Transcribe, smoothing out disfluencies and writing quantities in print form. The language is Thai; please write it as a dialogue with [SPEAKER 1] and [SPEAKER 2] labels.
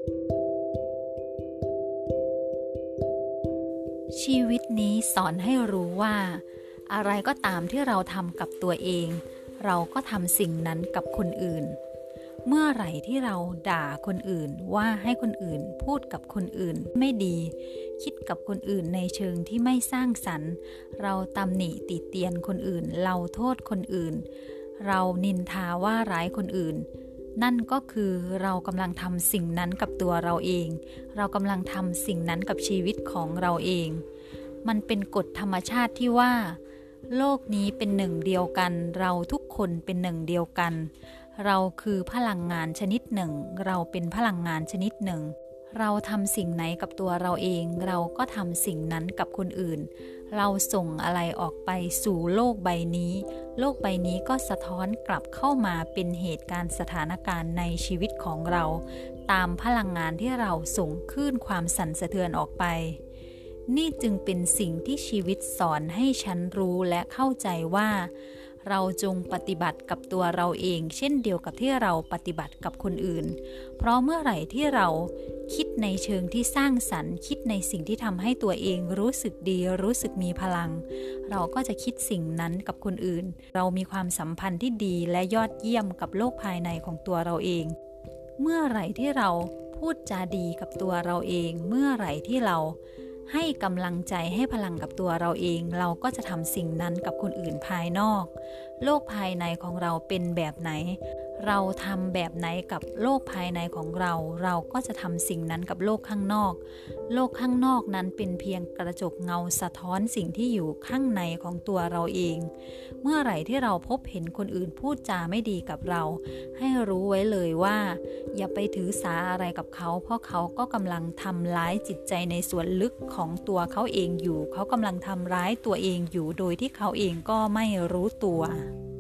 [SPEAKER 1] ชีวิตนี้สอนให้รู้ว่าอะไรก็ตามที่เราทำกับตัวเองเราก็ทำสิ่งนั้นกับคนอื่นเมื่อไหร่ที่เราด่าคนอื่นว่าให้คนอื่นพูดกับคนอื่นไม่ดีคิดกับคนอื่นในเชิงที่ไม่สร้างสรรค์เราตำหนิติเตียนคนอื่นเราโทษคนอื่นเรานินทาว่าร้ายคนอื่นนั่นก็คือเรากำลังทำสิ่งนั้นกับตัวเราเองเรากำลังทำสิ่งนั้นกับชีวิตของเราเองมันเป็นกฎธรรมชาติที่ว่าโลกนี้เป็นหนึ่งเดียวกันเราทุกคนเป็นหนึ่งเดียวกันเราคือพลังงานชนิดหนึ่งเราเป็นพลังงานชนิดหนึ่งเราทำสิ่งไหนกับตัวเราเองเราก็ทำสิ่งนั้นกับคนอื่นเราส่งอะไรออกไปสู่โลกใบนี้โลกใบนี้ก็สะท้อนกลับเข้ามาเป็นเหตุการณ์สถานการณ์ในชีวิตของเราตามพลังงานที่เราส่งคลื่นความสั่นสะเทือนออกไปนี่จึงเป็นสิ่งที่ชีวิตสอนให้ฉันรู้และเข้าใจว่าเราจงปฏิบัติกับตัวเราเองเช่นเดียวกับที่เราปฏิบัติกับคนอื่นเพราะเมื่อไหร่ที่เราคิดในเชิงที่สร้างสรรค์คิดในสิ่งที่ทำให้ตัวเองรู้สึกดีรู้สึกมีพลังเราก็จะคิดสิ่งนั้นกับคนอื่นเรามีความสัมพันธ์ที่ดีและยอดเยี่ยมกับโลกภายในของตัวเราเองเมื่อไหร่ที่เราพูดจาดีกับตัวเราเองเมื่อไหร่ที่เราให้กำลังใจให้พลังกับตัวเราเองเราก็จะทำสิ่งนั้นกับคนอื่นภายนอกโลกภายในของเราเป็นแบบไหนเราทำแบบไหนกับโลกภายในของเราเราก็จะทำสิ่งนั้นกับโลกข้างนอกโลกข้างนอกนั้นเป็นเพียงกระจกเงาสะท้อนสิ่งที่อยู่ข้างในของตัวเราเองเมื่อไหร่ที่เราพบเห็นคนอื่นพูดจาไม่ดีกับเราให้รู้ไว้เลยว่าอย่าไปถือสาอะไรกับเขาเพราะเขาก็กำลังทำร้ายจิตใจในส่วนลึกของตัวเขาเองอยู่เขากำลังทำร้ายตัวเองอยู่โดยที่เขาเองก็ไม่รู้ตัว